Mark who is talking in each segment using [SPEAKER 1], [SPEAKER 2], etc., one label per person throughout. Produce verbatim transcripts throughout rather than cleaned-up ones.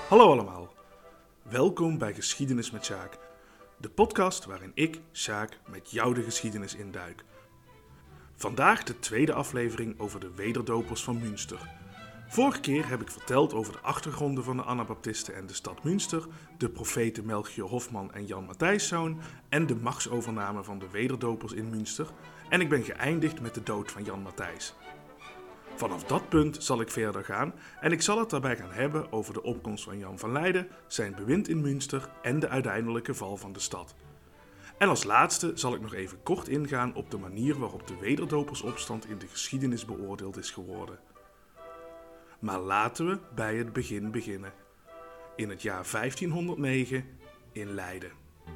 [SPEAKER 1] Hallo allemaal, welkom bij Geschiedenis met Sjaak, de podcast waarin ik, Sjaak, met jou de geschiedenis induik. Vandaag de tweede aflevering over de wederdopers van Münster. Vorige keer heb ik verteld over de achtergronden van de Anabaptisten en de stad Münster, de profeten Melchior Hofman en Jan Matthijszoon en de machtsovername van de wederdopers in Münster en ik ben geëindigd met de dood van Jan Matthijs. Vanaf dat punt zal ik verder gaan en ik zal het daarbij gaan hebben over de opkomst van Jan van Leyden, zijn bewind in Münster en de uiteindelijke val van de stad. En als laatste zal ik nog even kort ingaan op de manier waarop de wederdopersopstand in de geschiedenis beoordeeld is geworden. Maar laten we bij het begin beginnen. In het jaar vijftienhonderdnegen in Leiden.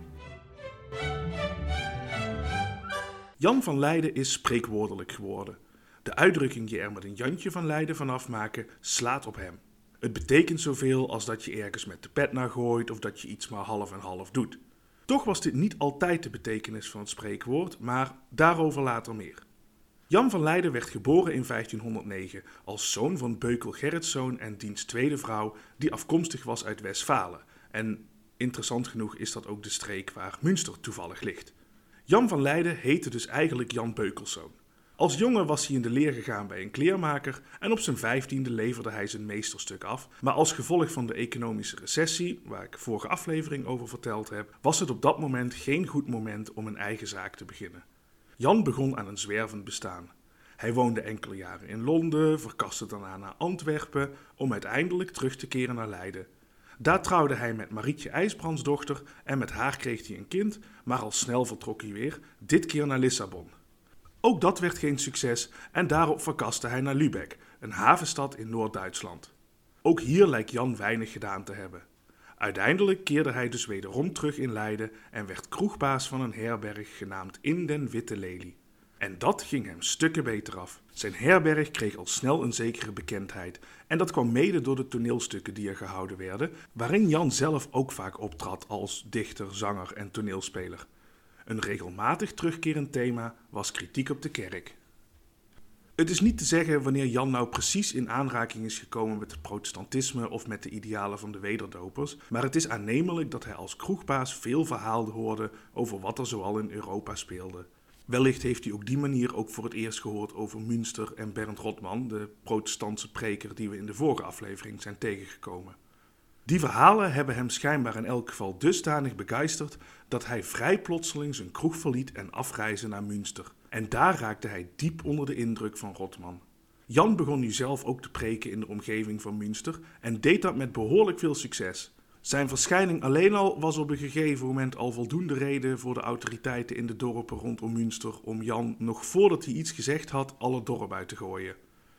[SPEAKER 1] Jan van Leyden is spreekwoordelijk geworden. De uitdrukking je er met een Jantje van Leyden vanaf maken slaat op hem. Het betekent zoveel als dat je ergens met de pet naar gooit of dat je iets maar half en half doet. Toch was dit niet altijd de betekenis van het spreekwoord, maar daarover later meer. Jan van Leyden werd geboren in vijftienhonderdnegen als zoon van Beukel Gerritszoon en diens tweede vrouw die afkomstig was uit Westfalen. En interessant genoeg is dat ook de streek waar Münster toevallig ligt. Jan van Leyden heette dus eigenlijk Jan Beukelszoon. Als jongen was hij in de leer gegaan bij een kleermaker en op zijn vijftiende leverde hij zijn meesterstuk af. Maar als gevolg van de economische recessie, waar ik vorige aflevering over verteld heb, was het op dat moment geen goed moment om een eigen zaak te beginnen. Jan begon aan een zwervend bestaan. Hij woonde enkele jaren in Londen, verkaste daarna naar Antwerpen om uiteindelijk terug te keren naar Leiden. Daar trouwde hij met Marietje IJsbrands dochter en met haar kreeg hij een kind, maar al snel vertrok hij weer, dit keer naar Lissabon. Ook dat werd geen succes en daarop verkaste hij naar Lübeck, een havenstad in Noord-Duitsland. Ook hier lijkt Jan weinig gedaan te hebben. Uiteindelijk keerde hij dus wederom terug in Leiden en werd kroegbaas van een herberg genaamd In den Witte Lelie. En dat ging hem stukken beter af. Zijn herberg kreeg al snel een zekere bekendheid en dat kwam mede door de toneelstukken die er gehouden werden, waarin Jan zelf ook vaak optrad als dichter, zanger en toneelspeler. Een regelmatig terugkerend thema was kritiek op de kerk. Het is niet te zeggen wanneer Jan nou precies in aanraking is gekomen met het protestantisme of met de idealen van de wederdopers, maar het is aannemelijk dat hij als kroegbaas veel verhalen hoorde over wat er zoal in Europa speelde. Wellicht heeft hij op die manier ook voor het eerst gehoord over Münster en Bernd Rotman, de protestantse preker die we in de vorige aflevering zijn tegengekomen. Die verhalen hebben hem schijnbaar in elk geval dusdanig begeisterd dat hij vrij plotseling zijn kroeg verliet en afreisde naar Münster. En daar raakte hij diep onder de indruk van Rotman. Jan begon nu zelf ook te preken in de omgeving van Münster en deed dat met behoorlijk veel succes. Zijn verschijning alleen al was op een gegeven moment al voldoende reden voor de autoriteiten in de dorpen rondom Münster om Jan, nog voordat hij iets gezegd had, alle dorp uit te gooien.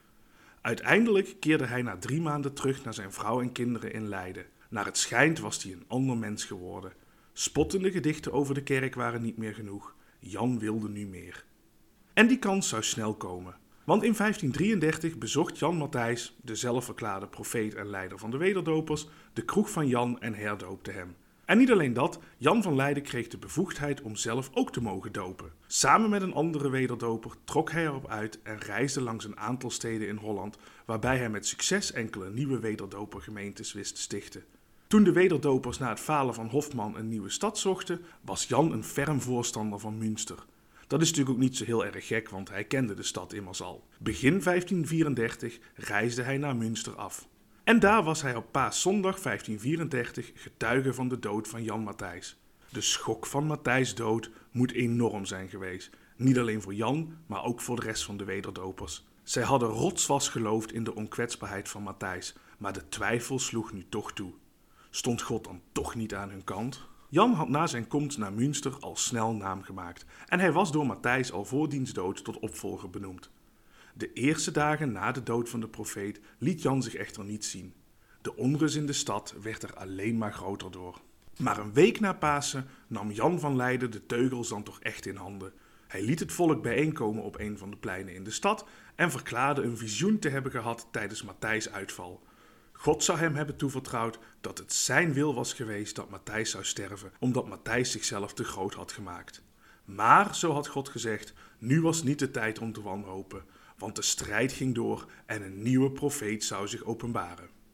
[SPEAKER 1] Uiteindelijk keerde hij na drie maanden terug naar zijn vrouw en kinderen in Leiden. Naar het schijnt was hij een ander mens geworden. Spottende gedichten over de kerk waren niet meer genoeg. Jan wilde nu meer. En die kans zou snel komen. Want in vijftien drieëndertig bezocht Jan Matthijs, de zelfverklaarde profeet en leider van de wederdopers, de kroeg van Jan en herdoopte hem. En niet alleen dat, Jan van Leyden kreeg de bevoegdheid om zelf ook te mogen dopen. Samen met een andere wederdoper trok hij erop uit en reisde langs een aantal steden in Holland, waarbij hij met succes enkele nieuwe wederdopergemeentes wist te stichten. Toen de wederdopers na het falen van Hofman een nieuwe stad zochten, was Jan een ferm voorstander van Münster. Dat is natuurlijk ook niet zo heel erg gek, want hij kende de stad immers al. Begin vijftien vierendertig reisde hij naar Münster af. En daar was hij op Paaszondag vijftien vierendertig getuige van de dood van Jan Matthijs. De schok van Matthijs' dood moet enorm zijn geweest. Niet alleen voor Jan, maar ook voor de rest van de wederdopers. Zij hadden rotsvast geloofd in de onkwetsbaarheid van Matthijs, maar de twijfel sloeg nu toch toe. Stond God dan toch niet aan hun kant? Jan had na zijn komst naar Münster al snel naam gemaakt en hij was door Matthijs al voor diens dood tot opvolger benoemd. De eerste dagen na de dood van de profeet liet Jan zich echter niet zien. De onrust in de stad werd er alleen maar groter door. Maar een week na Pasen nam Jan van Leyden de teugels dan toch echt in handen. Hij liet het volk bijeenkomen op een van de pleinen in de stad en verklaarde een visioen te hebben gehad tijdens Matthijs' uitval. God zou hem hebben toevertrouwd dat het zijn wil was geweest dat Matthijs zou sterven, omdat Matthijs zichzelf te groot had gemaakt. Maar, zo had God gezegd, nu was niet de tijd om te wanhopen, want de strijd ging door en een nieuwe profeet zou zich openbaren.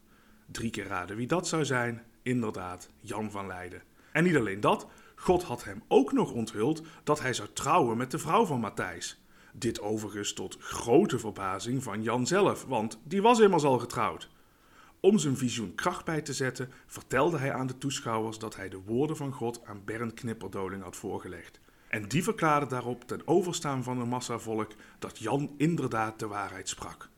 [SPEAKER 1] Drie keer raden wie dat zou zijn. Inderdaad, Jan van Leiden. En niet alleen dat, God had hem ook nog onthuld dat hij zou trouwen met de vrouw van Matthijs. Dit overigens tot grote verbazing van Jan zelf, want die was immers al getrouwd. Om zijn visioen kracht bij te zetten, vertelde hij aan de toeschouwers dat hij de woorden van God aan Bernd Knipperdoling had voorgelegd. En die verklaarde daarop ten overstaan van een massa volk dat Jan inderdaad de waarheid sprak.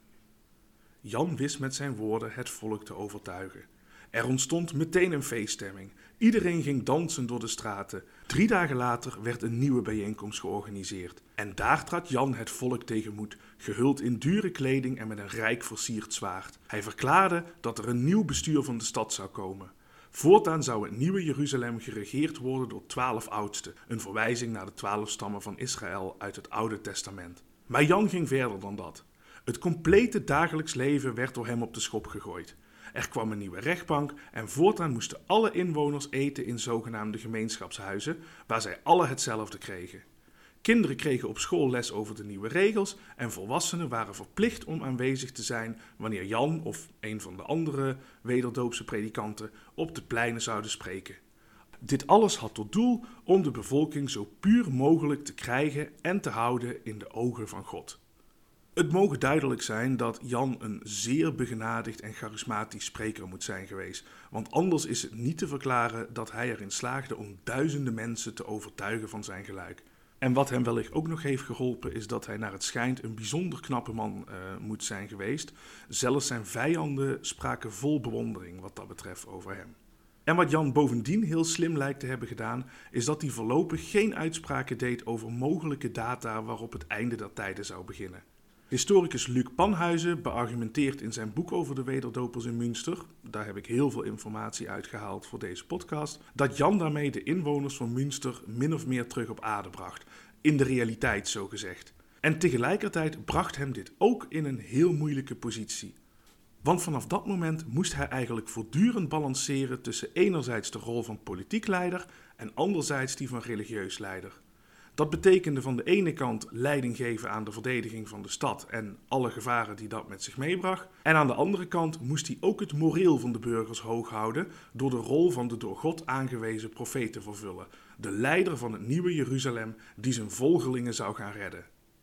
[SPEAKER 1] Jan wist met zijn woorden het volk te overtuigen. Er ontstond meteen een feeststemming. Iedereen ging dansen door de straten. Drie dagen later werd een nieuwe bijeenkomst georganiseerd. En daar trad Jan het volk tegemoet, gehuld in dure kleding en met een rijk versierd zwaard. Hij verklaarde dat er een nieuw bestuur van de stad zou komen. Voortaan zou het nieuwe Jeruzalem geregeerd worden door twaalf oudsten, een verwijzing naar de twaalf stammen van Israël uit het Oude Testament. Maar Jan ging verder dan dat. Het complete dagelijks leven werd door hem op de schop gegooid. Er kwam een nieuwe rechtbank en voortaan moesten alle inwoners eten in zogenaamde gemeenschapshuizen, waar zij alle hetzelfde kregen. Kinderen kregen op school les over de nieuwe regels en volwassenen waren verplicht om aanwezig te zijn wanneer Jan of een van de andere wederdoopse predikanten op de pleinen zouden spreken. Dit alles had tot doel om de bevolking zo puur mogelijk te krijgen en te houden in de ogen van God. Het mogen duidelijk zijn dat Jan een zeer begenadigd en charismatisch spreker moet zijn geweest, want anders is het niet te verklaren dat hij erin slaagde om duizenden mensen te overtuigen van zijn geluid. En wat hem wellicht ook nog heeft geholpen is dat hij naar het schijnt een bijzonder knappe man uh, moet zijn geweest. Zelfs zijn vijanden spraken vol bewondering wat dat betreft over hem. En wat Jan bovendien heel slim lijkt te hebben gedaan, is dat hij voorlopig geen uitspraken deed over mogelijke data waarop het einde der tijden zou beginnen. Historicus Luc Panhuizen beargumenteert in zijn boek over de wederdopers in Münster, daar heb ik heel veel informatie uitgehaald voor deze podcast, dat Jan daarmee de inwoners van Münster min of meer terug op aarde bracht, in de realiteit zo gezegd. En tegelijkertijd bracht hem dit ook in een heel moeilijke positie. Want vanaf dat moment moest hij eigenlijk voortdurend balanceren tussen enerzijds de rol van politiek leider en anderzijds die van religieus leider. Dat betekende van de ene kant leiding geven aan de verdediging van de stad en alle gevaren die dat met zich meebracht. En aan de andere kant moest hij ook het moreel van de burgers hoog houden door de rol van de door God aangewezen profeet te vervullen. De leider van het nieuwe Jeruzalem die zijn volgelingen zou gaan redden.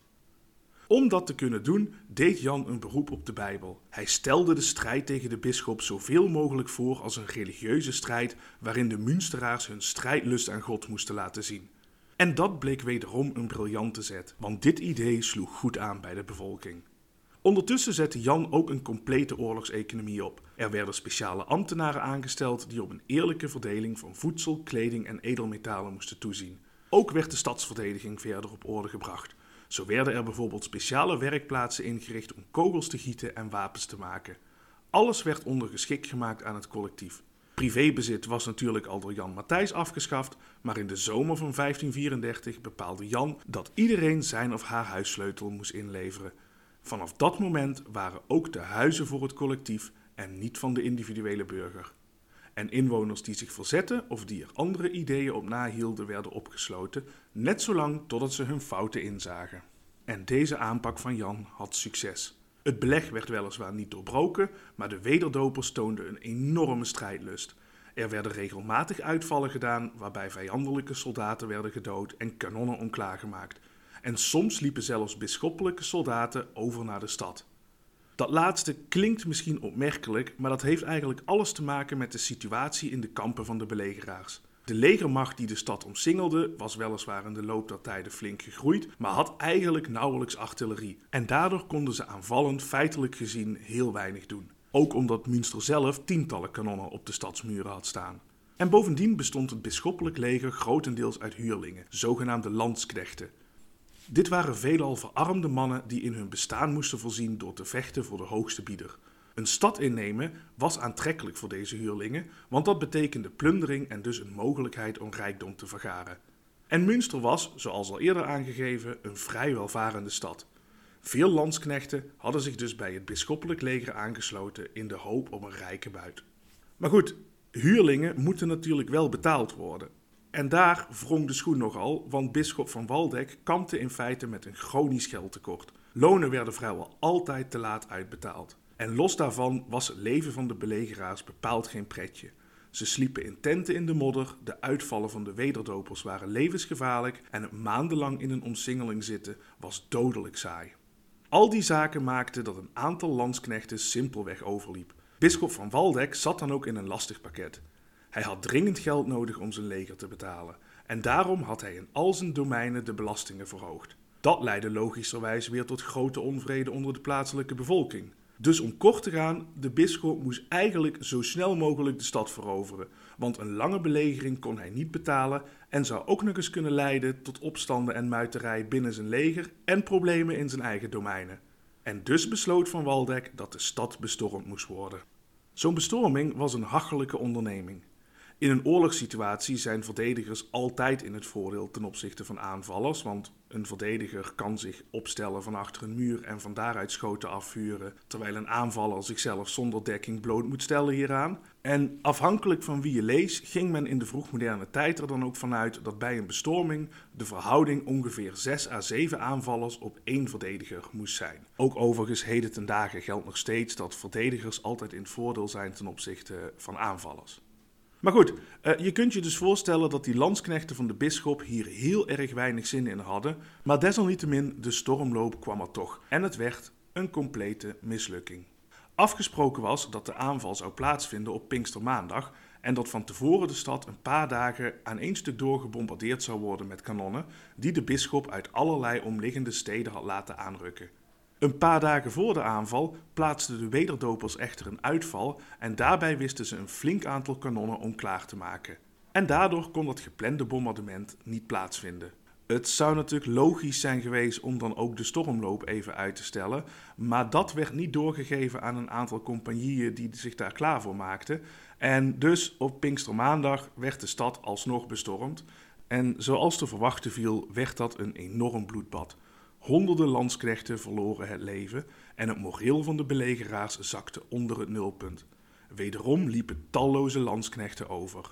[SPEAKER 1] Om dat te kunnen doen, deed Jan een beroep op de Bijbel. Hij stelde de strijd tegen de bisschop zoveel mogelijk voor als een religieuze strijd waarin de Münsteraars hun strijdlust aan God moesten laten zien. En dat bleek wederom een briljante zet, want dit idee sloeg goed aan bij de bevolking. Ondertussen zette Jan ook een complete oorlogseconomie op. Er werden speciale ambtenaren aangesteld die op een eerlijke verdeling van voedsel, kleding en edelmetalen moesten toezien. Ook werd de stadsverdediging verder op orde gebracht. Zo werden er bijvoorbeeld speciale werkplaatsen ingericht om kogels te gieten en wapens te maken. Alles werd ondergeschikt gemaakt aan het collectief. Privébezit was natuurlijk al door Jan Matthijs afgeschaft, maar in de zomer van vijftien vierendertig bepaalde Jan dat iedereen zijn of haar huissleutel moest inleveren. Vanaf dat moment waren ook de huizen voor het collectief en niet van de individuele burger. En inwoners die zich verzetten of die er andere ideeën op nahielden werden opgesloten, net zolang totdat ze hun fouten inzagen. En deze aanpak van Jan had succes. Het beleg werd weliswaar niet doorbroken, maar de wederdopers toonden een enorme strijdlust. Er werden regelmatig uitvallen gedaan waarbij vijandelijke soldaten werden gedood en kanonnen onklaargemaakt. En soms liepen zelfs bisschoppelijke soldaten over naar de stad. Dat laatste klinkt misschien opmerkelijk, maar dat heeft eigenlijk alles te maken met de situatie in de kampen van de belegeraars. De legermacht die de stad omsingelde was weliswaar in de loop der tijden flink gegroeid, maar had eigenlijk nauwelijks artillerie. En daardoor konden ze aanvallend feitelijk gezien heel weinig doen. Ook omdat Münster zelf tientallen kanonnen op de stadsmuren had staan. En bovendien bestond het bisschoppelijk leger grotendeels uit huurlingen, zogenaamde landsknechten. Dit waren veelal verarmde mannen die in hun bestaan moesten voorzien door te vechten voor de hoogste bieder. Een stad innemen was aantrekkelijk voor deze huurlingen, want dat betekende plundering en dus een mogelijkheid om rijkdom te vergaren. En Münster was, zoals al eerder aangegeven, een vrij welvarende stad. Veel landsknechten hadden zich dus bij het bisschoppelijk leger aangesloten in de hoop op een rijke buit. Maar goed, huurlingen moeten natuurlijk wel betaald worden. En daar wrong de schoen nogal, want bisschop van Waldeck kampte in feite met een chronisch geldtekort. Lonen werden vrijwel altijd te laat uitbetaald. En los daarvan was het leven van de belegeraars bepaald geen pretje. Ze sliepen in tenten in de modder, de uitvallen van de wederdopers waren levensgevaarlijk en het maandenlang in een omsingeling zitten was dodelijk saai. Al die zaken maakten dat een aantal landsknechten simpelweg overliep. Bisschop van Waldeck zat dan ook in een lastig pakket. Hij had dringend geld nodig om zijn leger te betalen en daarom had hij in al zijn domeinen de belastingen verhoogd. Dat leidde logischerwijs weer tot grote onvrede onder de plaatselijke bevolking. Dus om kort te gaan, de bisschop moest eigenlijk zo snel mogelijk de stad veroveren, want een lange belegering kon hij niet betalen en zou ook nog eens kunnen leiden tot opstanden en muiterij binnen zijn leger en problemen in zijn eigen domeinen. En dus besloot Van Waldeck dat de stad bestormd moest worden. Zo'n bestorming was een hachelijke onderneming. In een oorlogssituatie zijn verdedigers altijd in het voordeel ten opzichte van aanvallers, want een verdediger kan zich opstellen van achter een muur en van daaruit schoten afvuren, terwijl een aanvaller zichzelf zonder dekking bloot moet stellen hieraan. En afhankelijk van wie je leest, ging men in de vroegmoderne tijd er dan ook vanuit dat bij een bestorming de verhouding ongeveer zes à zeven aanvallers op één verdediger moest zijn. Ook overigens heden ten dagen geldt nog steeds dat verdedigers altijd in het voordeel zijn ten opzichte van aanvallers. Maar goed, je kunt je dus voorstellen dat die landsknechten van de bisschop hier heel erg weinig zin in hadden, maar desalniettemin, de stormloop kwam er toch en het werd een complete mislukking. Afgesproken was dat de aanval zou plaatsvinden op Pinkstermaandag en dat van tevoren de stad een paar dagen aan één stuk door gebombardeerd zou worden met kanonnen die de bisschop uit allerlei omliggende steden had laten aanrukken. Een paar dagen voor de aanval plaatsten de wederdopers echter een uitval en daarbij wisten ze een flink aantal kanonnen om klaar te maken. En daardoor kon dat geplande bombardement niet plaatsvinden. Het zou natuurlijk logisch zijn geweest om dan ook de stormloop even uit te stellen, maar dat werd niet doorgegeven aan een aantal compagnieën die zich daar klaar voor maakten. En dus op Pinkstermaandag werd de stad alsnog bestormd en zoals te verwachten viel, werd dat een enorm bloedbad. Honderden landsknechten verloren het leven en het moreel van de belegeraars zakte onder het nulpunt. Wederom liepen talloze landsknechten over.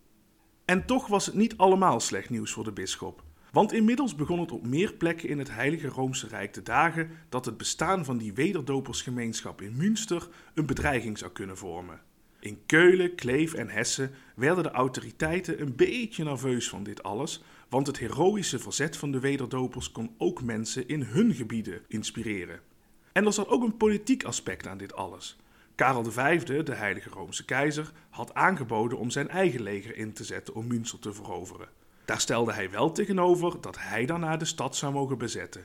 [SPEAKER 1] En toch was het niet allemaal slecht nieuws voor de bisschop. Want inmiddels begon het op meer plekken in het Heilige Roomse Rijk te dagen dat het bestaan van die wederdopersgemeenschap in Münster een bedreiging zou kunnen vormen. In Keulen, Kleef en Hessen werden de autoriteiten een beetje nerveus van dit alles, want het heroïsche verzet van de wederdopers kon ook mensen in hun gebieden inspireren. En er zat ook een politiek aspect aan dit alles. Karel de Vijfde, de Heilige Roomse keizer, had aangeboden om zijn eigen leger in te zetten om Münster te veroveren. Daar stelde hij wel tegenover dat hij daarna de stad zou mogen bezetten.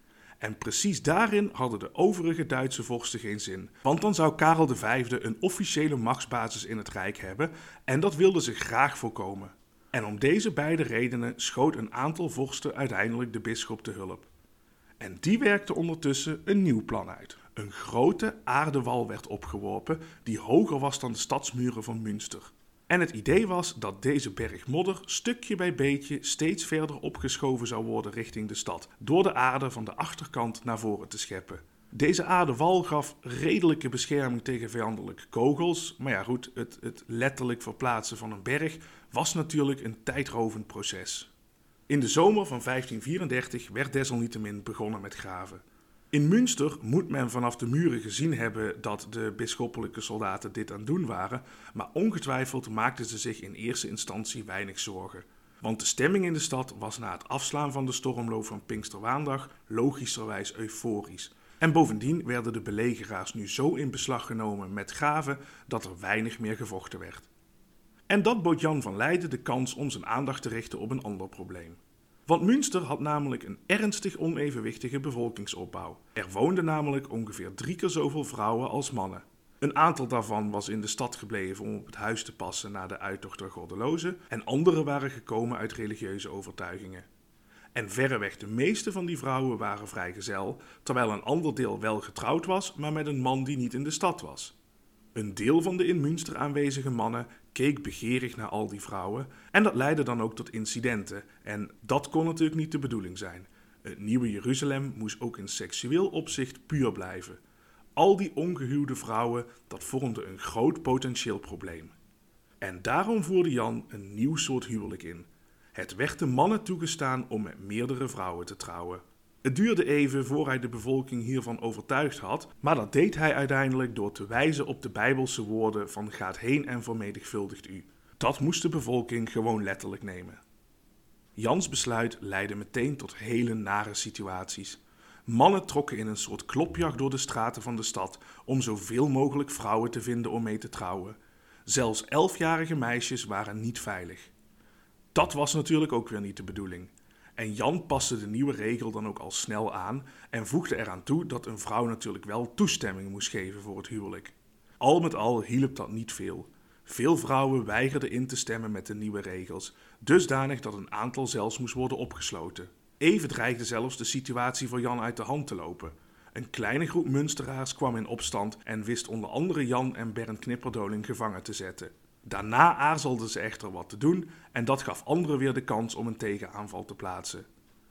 [SPEAKER 1] En precies daarin hadden de overige Duitse vorsten geen zin, want dan zou Karel de Vijfde een officiële machtsbasis in het Rijk hebben en dat wilden ze graag voorkomen. En om deze beide redenen schoot een aantal vorsten uiteindelijk de bisschop te hulp. En die werkte ondertussen een nieuw plan uit. Een grote aardewal werd opgeworpen die hoger was dan de stadsmuren van Münster. En het idee was dat deze berg modder stukje bij beetje steeds verder opgeschoven zou worden richting de stad, door de aarde van de achterkant naar voren te scheppen. Deze aardewal gaf redelijke bescherming tegen vijandelijke kogels, maar ja goed, het, het letterlijk verplaatsen van een berg was natuurlijk een tijdrovend proces. In de zomer van vijftien vierendertig werd desalniettemin begonnen met graven. In Münster moet men vanaf de muren gezien hebben dat de bisschoppelijke soldaten dit aan het doen waren, maar ongetwijfeld maakten ze zich in eerste instantie weinig zorgen. Want de stemming in de stad was na het afslaan van de stormloop van Pinkstermaandag logischerwijs euforisch. En bovendien werden de belegeraars nu zo in beslag genomen met graven dat er weinig meer gevochten werd. En dat bood Jan van Leiden de kans om zijn aandacht te richten op een ander probleem. Want Münster had namelijk een ernstig onevenwichtige bevolkingsopbouw. Er woonden namelijk ongeveer drie keer zoveel vrouwen als mannen. Een aantal daarvan was in de stad gebleven om op het huis te passen na de uittocht der goddelozen en andere waren gekomen uit religieuze overtuigingen. En verreweg de meeste van die vrouwen waren vrijgezel, terwijl een ander deel wel getrouwd was, maar met een man die niet in de stad was. Een deel van de in Münster aanwezige mannen keek begeerig naar al die vrouwen en dat leidde dan ook tot incidenten en dat kon natuurlijk niet de bedoeling zijn. Het nieuwe Jeruzalem moest ook in seksueel opzicht puur blijven. Al die ongehuwde vrouwen, dat vormde een groot potentieel probleem. En daarom voerde Jan een nieuw soort huwelijk in. Het werd de mannen toegestaan om met meerdere vrouwen te trouwen. Het duurde even voor hij de bevolking hiervan overtuigd had, maar dat deed hij uiteindelijk door te wijzen op de Bijbelse woorden van gaat heen en vermenigvuldigt u. Dat moest de bevolking gewoon letterlijk nemen. Jans besluit leidde meteen tot hele nare situaties. Mannen trokken in een soort klopjacht door de straten van de stad om zoveel mogelijk vrouwen te vinden om mee te trouwen. Zelfs elfjarige meisjes waren niet veilig. Dat was natuurlijk ook weer niet de bedoeling. En Jan paste de nieuwe regel dan ook al snel aan en voegde eraan toe dat een vrouw natuurlijk wel toestemming moest geven voor het huwelijk. Al met al hielp dat niet veel. Veel vrouwen weigerden in te stemmen met de nieuwe regels, dusdanig dat een aantal zelfs moest worden opgesloten. Even dreigde zelfs de situatie voor Jan uit de hand te lopen. Een kleine groep Münsteraars kwam in opstand en wist onder andere Jan en Bernd Knipperdoling gevangen te zetten. Daarna aarzelden ze echter wat te doen en dat gaf anderen weer de kans om een tegenaanval te plaatsen.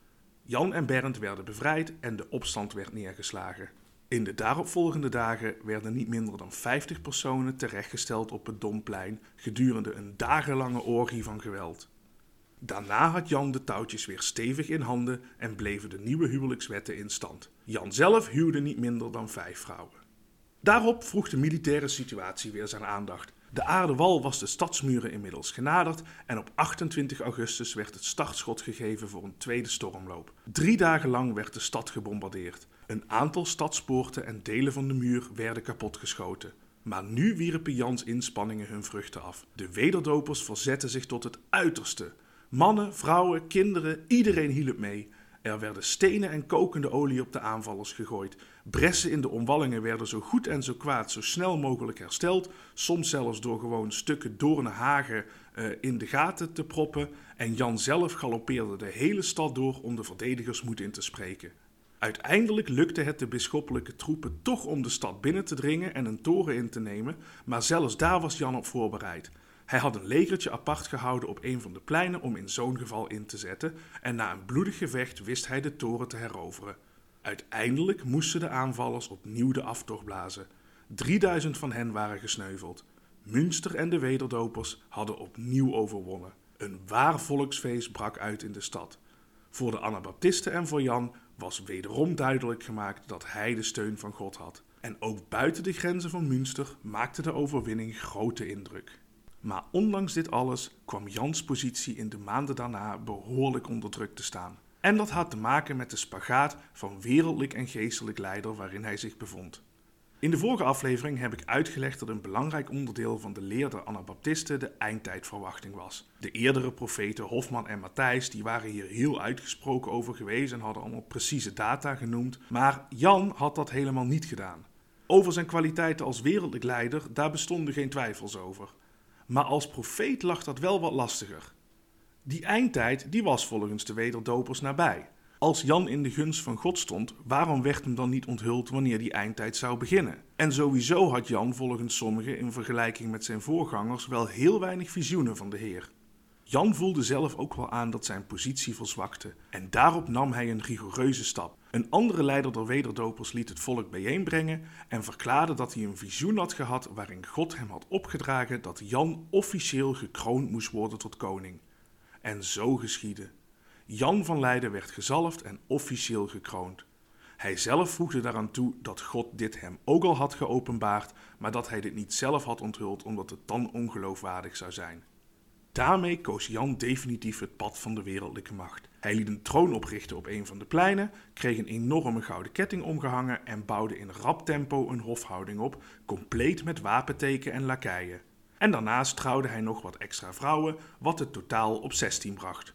[SPEAKER 1] Jan en Bernd werden bevrijd en de opstand werd neergeslagen. In de daaropvolgende dagen werden niet minder dan vijftig personen terechtgesteld op het Domplein gedurende een dagenlange orgie van geweld. Daarna had Jan de touwtjes weer stevig in handen en bleven de nieuwe huwelijkswetten in stand. Jan zelf huwde niet minder dan vijf vrouwen. Daarop vroeg de militaire situatie weer zijn aandacht. De aardewal was de stadsmuren inmiddels genaderd en op achtentwintig augustus werd het startschot gegeven voor een tweede stormloop. Drie dagen lang werd de stad gebombardeerd. Een aantal stadspoorten en delen van de muur werden kapotgeschoten. Maar nu wierpen Jans inspanningen hun vruchten af. De wederdopers verzetten zich tot het uiterste. Mannen, vrouwen, kinderen, iedereen hielp mee. Er werden stenen en kokende olie op de aanvallers gegooid. Bressen in de omwallingen werden zo goed en zo kwaad zo snel mogelijk hersteld. Soms zelfs door gewoon stukken doornenhagen uh, in de gaten te proppen. En Jan zelf galoppeerde de hele stad door om de verdedigers moed in te spreken. Uiteindelijk lukte het de bisschoppelijke troepen toch om de stad binnen te dringen en een toren in te nemen. Maar zelfs daar was Jan op voorbereid. Hij had een legertje apart gehouden op een van de pleinen om in zo'n geval in te zetten en na een bloedig gevecht wist hij de toren te heroveren. Uiteindelijk moesten de aanvallers opnieuw de aftocht blazen. drieduizend van hen waren gesneuveld. Münster en de wederdopers hadden opnieuw overwonnen. Een waar volksfeest brak uit in de stad. Voor de Anabaptisten en voor Jan was wederom duidelijk gemaakt dat hij de steun van God had. En ook buiten de grenzen van Münster maakte de overwinning grote indruk. Maar ondanks dit alles kwam Jans positie in de maanden daarna behoorlijk onder druk te staan. En dat had te maken met de spagaat van wereldlijk en geestelijk leider waarin hij zich bevond. In de vorige aflevering heb ik uitgelegd dat een belangrijk onderdeel van de leer der Anabaptisten de eindtijdverwachting was. De eerdere profeten Hofman en Matthijs die waren hier heel uitgesproken over geweest en hadden allemaal precieze data genoemd, maar Jan had dat helemaal niet gedaan. Over zijn kwaliteiten als wereldlijk leider, daar bestonden geen twijfels over. Maar als profeet lag dat wel wat lastiger. Die eindtijd die was volgens de wederdopers nabij. Als Jan in de gunst van God stond, waarom werd hem dan niet onthuld wanneer die eindtijd zou beginnen? En sowieso had Jan volgens sommigen in vergelijking met zijn voorgangers wel heel weinig visioenen van de Heer. Jan voelde zelf ook wel aan dat zijn positie verzwakte en daarop nam hij een rigoureuze stap. Een andere leider der wederdopers liet het volk bijeenbrengen en verklaarde dat hij een visioen had gehad waarin God hem had opgedragen dat Jan officieel gekroond moest worden tot koning. En zo geschiedde. Jan van Leiden werd gezalfd en officieel gekroond. Hij zelf voegde daaraan toe dat God dit hem ook al had geopenbaard, maar dat hij dit niet zelf had onthuld omdat het dan ongeloofwaardig zou zijn. Daarmee koos Jan definitief het pad van de wereldlijke macht. Hij liet een troon oprichten op een van de pleinen, kreeg een enorme gouden ketting omgehangen en bouwde in rap tempo een hofhouding op, compleet met wapenteken en lakeien. En daarnaast trouwde hij nog wat extra vrouwen, wat het totaal op zestien bracht.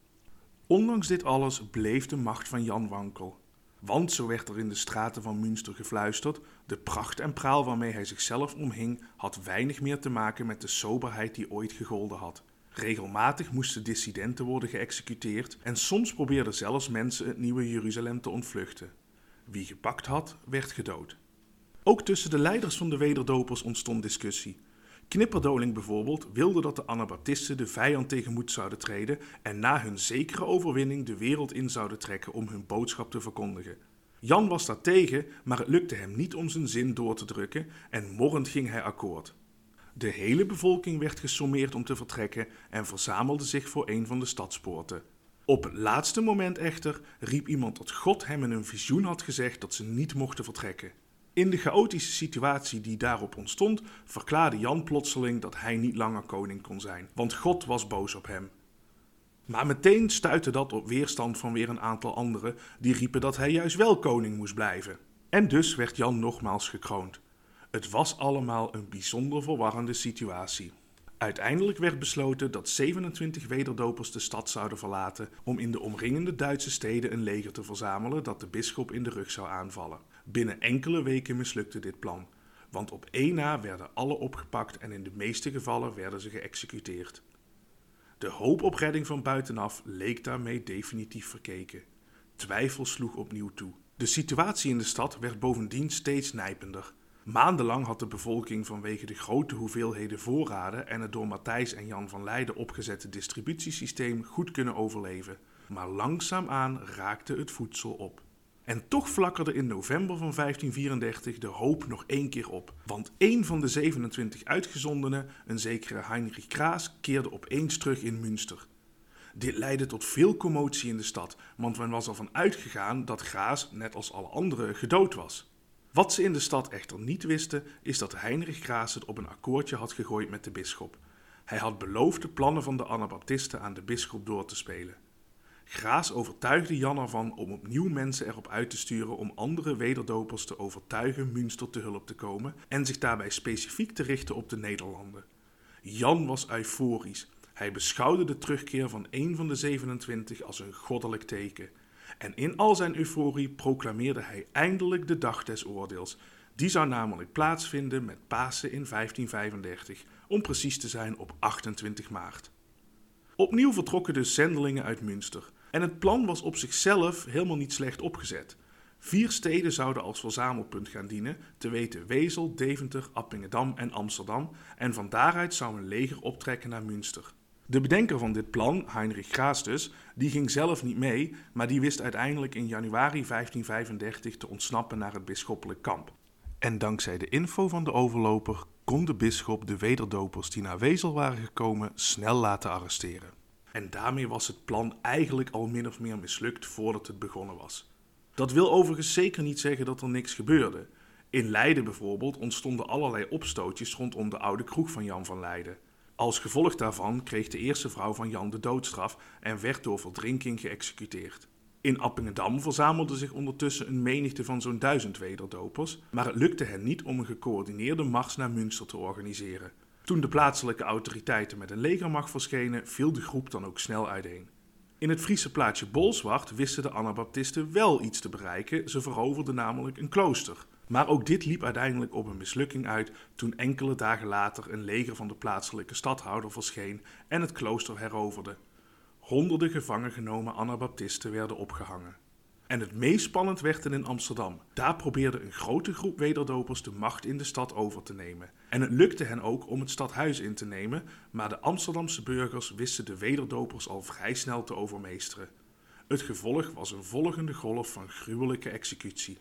[SPEAKER 1] Ondanks dit alles bleef de macht van Jan wankel. Want, zo werd er in de straten van Münster gefluisterd, de pracht en praal waarmee hij zichzelf omhing had weinig meer te maken met de soberheid die ooit gegolden had. Regelmatig moesten dissidenten worden geëxecuteerd en soms probeerden zelfs mensen het nieuwe Jeruzalem te ontvluchten. Wie gepakt had, werd gedood. Ook tussen de leiders van de wederdopers ontstond discussie. Knipperdoling bijvoorbeeld wilde dat de Anabaptisten de vijand tegemoet zouden treden en na hun zekere overwinning de wereld in zouden trekken om hun boodschap te verkondigen. Jan was daartegen, maar het lukte hem niet om zijn zin door te drukken en morrend ging hij akkoord. De hele bevolking werd gesommeerd om te vertrekken en verzamelde zich voor een van de stadspoorten. Op het laatste moment echter riep iemand dat God hem in een visioen had gezegd dat ze niet mochten vertrekken. In de chaotische situatie die daarop ontstond, verklaarde Jan plotseling dat hij niet langer koning kon zijn, want God was boos op hem. Maar meteen stuitte dat op weerstand van weer een aantal anderen die riepen dat hij juist wel koning moest blijven. En dus werd Jan nogmaals gekroond. Het was allemaal een bijzonder verwarrende situatie. Uiteindelijk werd besloten dat zevenentwintig wederdopers de stad zouden verlaten om in de omringende Duitse steden een leger te verzamelen dat de bisschop in de rug zou aanvallen. Binnen enkele weken mislukte dit plan, want op één na werden alle opgepakt en in de meeste gevallen werden ze geëxecuteerd. De hoop op redding van buitenaf leek daarmee definitief verkeken. Twijfel sloeg opnieuw toe. De situatie in de stad werd bovendien steeds nijpender. Maandenlang had de bevolking vanwege de grote hoeveelheden voorraden en het door Matthijs en Jan van Leiden opgezette distributiesysteem goed kunnen overleven. Maar langzaamaan raakte het voedsel op. En toch flakkerde in november van vijftien vierendertig de hoop nog één keer op. Want één van de zevenentwintig uitgezondenen, een zekere Heinrich Graas, keerde opeens terug in Münster. Dit leidde tot veel commotie in de stad, want men was ervan uitgegaan dat Graas, net als alle anderen, gedood was. Wat ze in de stad echter niet wisten, is dat Heinrich Graas het op een akkoordje had gegooid met de bisschop. Hij had beloofd de plannen van de Anabaptisten aan de bisschop door te spelen. Graas overtuigde Jan ervan om opnieuw mensen erop uit te sturen om andere wederdopers te overtuigen Münster te hulp te komen en zich daarbij specifiek te richten op de Nederlanden. Jan was euforisch. Hij beschouwde de terugkeer van één van de zevenentwintig als een goddelijk teken. En in al zijn euforie proclameerde hij eindelijk de dag des oordeels. Die zou namelijk plaatsvinden met Pasen in vijftien vijfendertig, om precies te zijn op achtentwintig maart. Opnieuw vertrokken dus zendelingen uit Münster. En het plan was op zichzelf helemaal niet slecht opgezet. Vier steden zouden als verzamelpunt gaan dienen, te weten Wesel, Deventer, Appingedam en Amsterdam, en van daaruit zou een leger optrekken naar Münster. De bedenker van dit plan, Heinrich Graas dus, die ging zelf niet mee, maar die wist uiteindelijk in januari vijftien vijfendertig te ontsnappen naar het bisschoppelijk kamp. En dankzij de info van de overloper kon de bisschop de wederdopers die naar Wesel waren gekomen snel laten arresteren. En daarmee was het plan eigenlijk al min of meer mislukt voordat het begonnen was. Dat wil overigens zeker niet zeggen dat er niks gebeurde. In Leiden bijvoorbeeld ontstonden allerlei opstootjes rondom de oude kroeg van Jan van Leiden. Als gevolg daarvan kreeg de eerste vrouw van Jan de doodstraf en werd door verdrinking geëxecuteerd. In Appingedam verzamelde zich ondertussen een menigte van zo'n duizend wederdopers, maar het lukte hen niet om een gecoördineerde mars naar Münster te organiseren. Toen de plaatselijke autoriteiten met een legermacht verschenen, viel de groep dan ook snel uiteen. In het Friese plaatsje Bolsward wisten de Anabaptisten wel iets te bereiken, ze veroverden namelijk een klooster. Maar ook dit liep uiteindelijk op een mislukking uit toen enkele dagen later een leger van de plaatselijke stadhouder verscheen en het klooster heroverde. Honderden gevangen genomen Anabaptisten werden opgehangen. En het meest spannend werd het in Amsterdam. Daar probeerde een grote groep wederdopers de macht in de stad over te nemen. En het lukte hen ook om het stadhuis in te nemen, maar de Amsterdamse burgers wisten de wederdopers al vrij snel te overmeesteren. Het gevolg was een volgende golf van gruwelijke executie.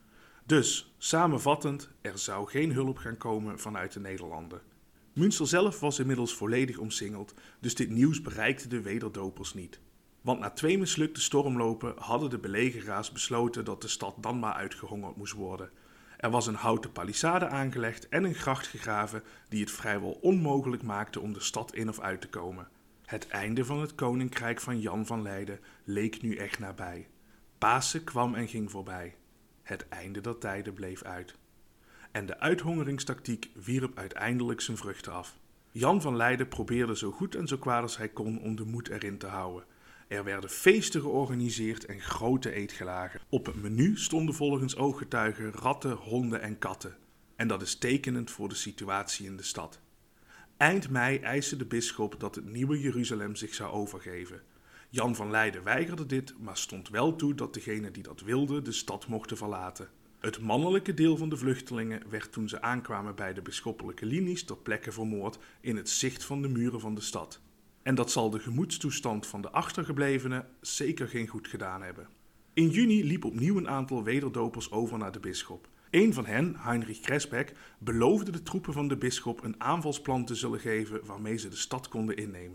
[SPEAKER 1] Dus, samenvattend, er zou geen hulp gaan komen vanuit de Nederlanden. Münster zelf was inmiddels volledig omsingeld, dus dit nieuws bereikte de wederdopers niet. Want na twee mislukte stormlopen hadden de belegeraars besloten dat de stad dan maar uitgehongerd moest worden. Er was een houten palissade aangelegd en een gracht gegraven die het vrijwel onmogelijk maakte om de stad in of uit te komen. Het einde van het koninkrijk van Jan van Leiden leek nu echt nabij. Pasen kwam en ging voorbij. Het einde der tijden bleef uit. En de uithongeringstactiek wierp uiteindelijk zijn vruchten af. Jan van Leiden probeerde zo goed en zo kwaad als hij kon om de moed erin te houden. Er werden feesten georganiseerd en grote eetgelagen. Op het menu stonden volgens ooggetuigen ratten, honden en katten. En dat is tekenend voor de situatie in de stad. Eind mei eiste de bisschop dat het nieuwe Jeruzalem zich zou overgeven. Jan van Leiden weigerde dit, maar stond wel toe dat degenen die dat wilden de stad mochten verlaten. Het mannelijke deel van de vluchtelingen werd toen ze aankwamen bij de bisschoppelijke linies ter plekke vermoord in het zicht van de muren van de stad. En dat zal de gemoedstoestand van de achtergeblevenen zeker geen goed gedaan hebben. In juni liep opnieuw een aantal wederdopers over naar de bisschop. Een van hen, Heinrich Cresbeck, beloofde de troepen van de bisschop een aanvalsplan te zullen geven waarmee ze de stad konden innemen.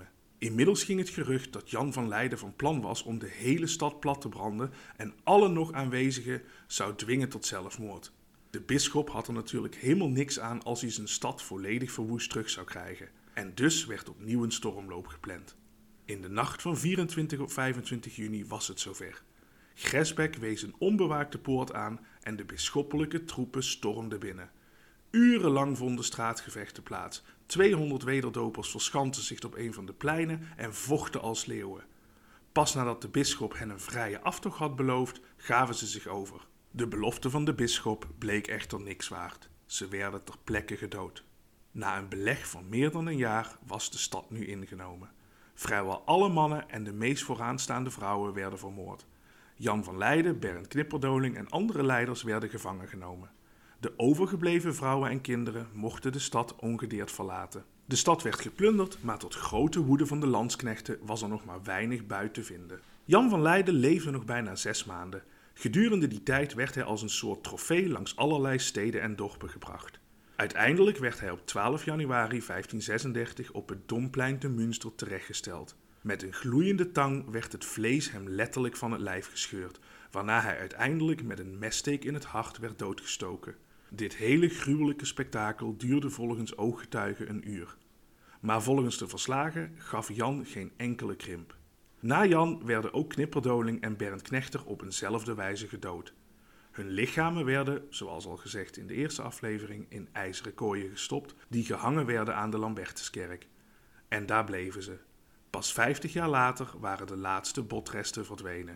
[SPEAKER 1] Inmiddels ging het gerucht dat Jan van Leyden van plan was om de hele stad plat te branden en alle nog aanwezigen zou dwingen tot zelfmoord. De bisschop had er natuurlijk helemaal niks aan als hij zijn stad volledig verwoest terug zou krijgen. En dus werd opnieuw een stormloop gepland. In de nacht van vierentwintig op vijfentwintig juni was het zover. Gresbeck wees een onbewaakte poort aan en de bisschoppelijke troepen stormden binnen. Urenlang vonden straatgevechten plaats. tweehonderd wederdopers verschansten zich op een van de pleinen en vochten als leeuwen. Pas nadat de bisschop hen een vrije aftocht had beloofd, gaven ze zich over. De belofte van de bisschop bleek echter niks waard. Ze werden ter plekke gedood. Na een beleg van meer dan een jaar was de stad nu ingenomen. Vrijwel alle mannen en de meest vooraanstaande vrouwen werden vermoord. Jan van Leyden, Bernd Knipperdoling en andere leiders werden gevangen genomen. De overgebleven vrouwen en kinderen mochten de stad ongedeerd verlaten. De stad werd geplunderd, maar tot grote woede van de landsknechten was er nog maar weinig buit te vinden. Jan van Leyden leefde nog bijna zes maanden. Gedurende die tijd werd hij als een soort trofee langs allerlei steden en dorpen gebracht. Uiteindelijk werd hij op twaalf januari vijftienzesendertig op het Domplein te Münster terechtgesteld. Met een gloeiende tang werd het vlees hem letterlijk van het lijf gescheurd, waarna hij uiteindelijk met een messteek in het hart werd doodgestoken. Dit hele gruwelijke spektakel duurde volgens ooggetuigen een uur. Maar volgens de verslagen gaf Jan geen enkele krimp. Na Jan werden ook Knipperdoling en Bernd Knechter op eenzelfde wijze gedood. Hun lichamen werden, zoals al gezegd in de eerste aflevering, in ijzeren kooien gestopt, die gehangen werden aan de Lambertuskerk. En daar bleven ze. Pas vijftig jaar later waren de laatste botresten verdwenen.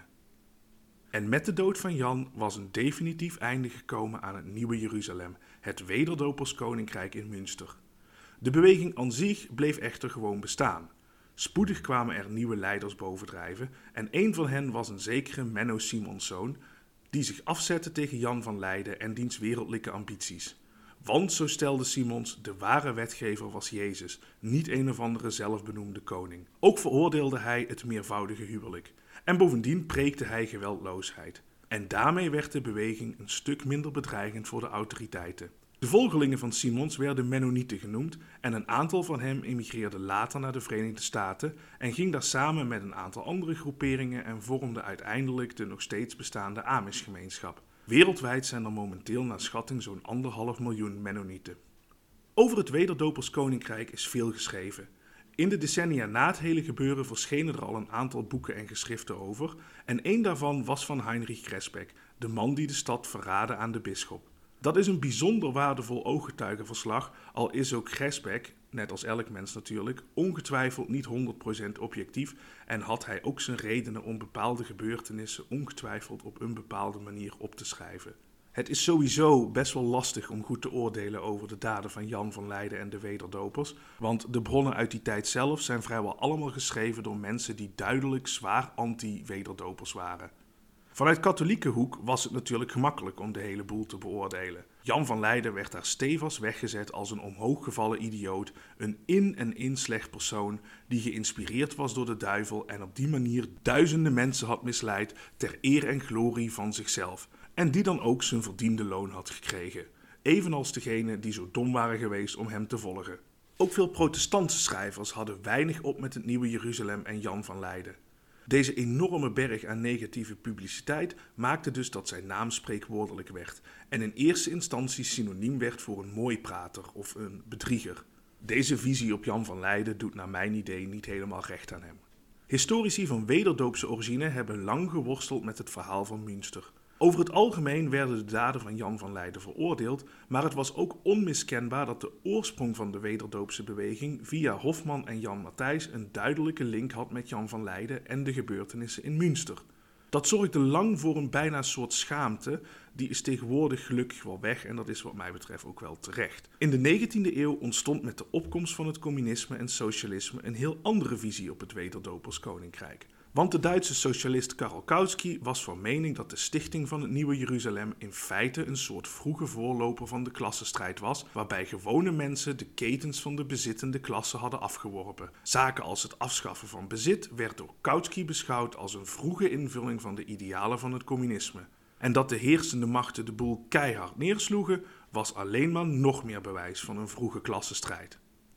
[SPEAKER 1] En met de dood van Jan was een definitief einde gekomen aan het Nieuwe Jeruzalem, het Wederdoperskoninkrijk in Münster. De beweging aan zich bleef echter gewoon bestaan. Spoedig kwamen er nieuwe leiders bovendrijven en een van hen was een zekere Menno Simonszoon, die zich afzette tegen Jan van Leyden en diens wereldlijke ambities. Want, zo stelde Simons, de ware wetgever was Jezus, niet een of andere zelfbenoemde koning. Ook veroordeelde hij het meervoudige huwelijk. En bovendien preekte hij geweldloosheid. En daarmee werd de beweging een stuk minder bedreigend voor de autoriteiten. De volgelingen van Simons werden Mennonieten genoemd en een aantal van hen emigreerde later naar de Verenigde Staten en ging daar samen met een aantal andere groeperingen en vormde uiteindelijk de nog steeds bestaande Amish-gemeenschap. Wereldwijd zijn er momenteel naar schatting zo'n anderhalf miljoen Mennonieten. Over het Wederdoperskoninkrijk is veel geschreven. In de decennia na het hele gebeuren verschenen er al een aantal boeken en geschriften over en één daarvan was van Heinrich Gresbeck, de man die de stad verraadde aan de bisschop. Dat is een bijzonder waardevol ooggetuigenverslag, al is ook Gresbeck, net als elk mens natuurlijk, ongetwijfeld niet honderd procent objectief en had hij ook zijn redenen om bepaalde gebeurtenissen ongetwijfeld op een bepaalde manier op te schrijven. Het is sowieso best wel lastig om goed te oordelen over de daden van Jan van Leyden en de wederdopers, want de bronnen uit die tijd zelf zijn vrijwel allemaal geschreven door mensen die duidelijk zwaar anti-wederdopers waren. Vanuit katholieke hoek was het natuurlijk gemakkelijk om de hele boel te beoordelen. Jan van Leyden werd daar stevast weggezet als een omhooggevallen idioot, een in en in slecht persoon die geïnspireerd was door de duivel en op die manier duizenden mensen had misleid ter eer en glorie van zichzelf. En die dan ook zijn verdiende loon had gekregen. Evenals degenen die zo dom waren geweest om hem te volgen. Ook veel protestantse schrijvers hadden weinig op met het Nieuwe Jeruzalem en Jan van Leyden. Deze enorme berg aan negatieve publiciteit maakte dus dat zijn naam spreekwoordelijk werd en in eerste instantie synoniem werd voor een mooiprater of een bedrieger. Deze visie op Jan van Leyden doet naar mijn idee niet helemaal recht aan hem. Historici van wederdoopse origine hebben lang geworsteld met het verhaal van Münster. Over het algemeen werden de daden van Jan van Leyden veroordeeld, maar het was ook onmiskenbaar dat de oorsprong van de wederdoopse beweging via Hofman en Jan Matthijs een duidelijke link had met Jan van Leyden en de gebeurtenissen in Münster. Dat zorgde lang voor een bijna soort schaamte, die is tegenwoordig gelukkig wel weg en dat is wat mij betreft ook wel terecht. In de negentiende eeuw ontstond met de opkomst van het communisme en socialisme een heel andere visie op het Wederdoperskoninkrijk. Want de Duitse socialist Karl Kautsky was van mening dat de stichting van het Nieuwe Jeruzalem in feite een soort vroege voorloper van de klassenstrijd was, waarbij gewone mensen de ketens van de bezittende klasse hadden afgeworpen. Zaken als het afschaffen van bezit werd door Kautsky beschouwd als een vroege invulling van de idealen van het communisme. En dat de heersende machten de boel keihard neersloegen, was alleen maar nog meer bewijs van een vroege klassenstrijd.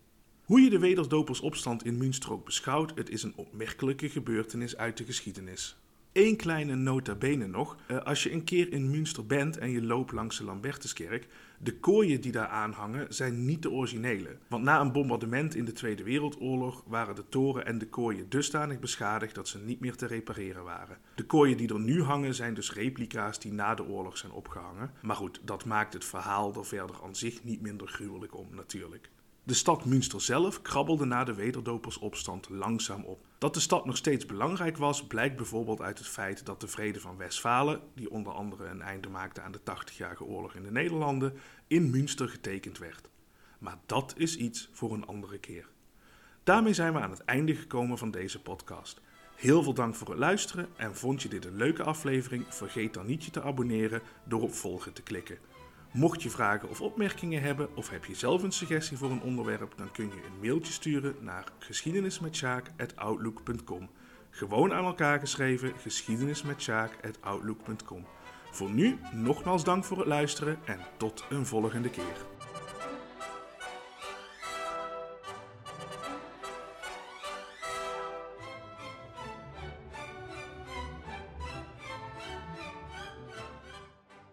[SPEAKER 1] Hoe je de Wederdopersopstand in Münster ook beschouwt, het is een opmerkelijke gebeurtenis uit de geschiedenis. Eén kleine nota bene nog, als je een keer in Münster bent en je loopt langs de Lambertuskerk, de kooien die daar aanhangen zijn niet de originele. Want na een bombardement in de Tweede Wereldoorlog waren de toren en de kooien dusdanig beschadigd dat ze niet meer te repareren waren. De kooien die er nu hangen zijn dus replica's die na de oorlog zijn opgehangen. Maar goed, dat maakt het verhaal er verder aan zich niet minder gruwelijk om natuurlijk. De stad Münster zelf krabbelde na de Wederdopersopstand langzaam op. Dat de stad nog steeds belangrijk was, blijkt bijvoorbeeld uit het feit dat de Vrede van Westfalen, die onder andere een einde maakte aan de tachtigjarige oorlog in de Nederlanden, in Münster getekend werd. Maar dat is iets voor een andere keer. Daarmee zijn we aan het einde gekomen van deze podcast. Heel veel dank voor het luisteren en vond je dit een leuke aflevering? Vergeet dan niet je te abonneren door op volgen te klikken. Mocht je vragen of opmerkingen hebben of heb je zelf een suggestie voor een onderwerp, dan kun je een mailtje sturen naar geschiedenis met sjaak at outlook punt com. Gewoon aan elkaar geschreven, geschiedenis met sjaak at outlook punt com. Voor nu, nogmaals dank voor het luisteren en tot een volgende keer.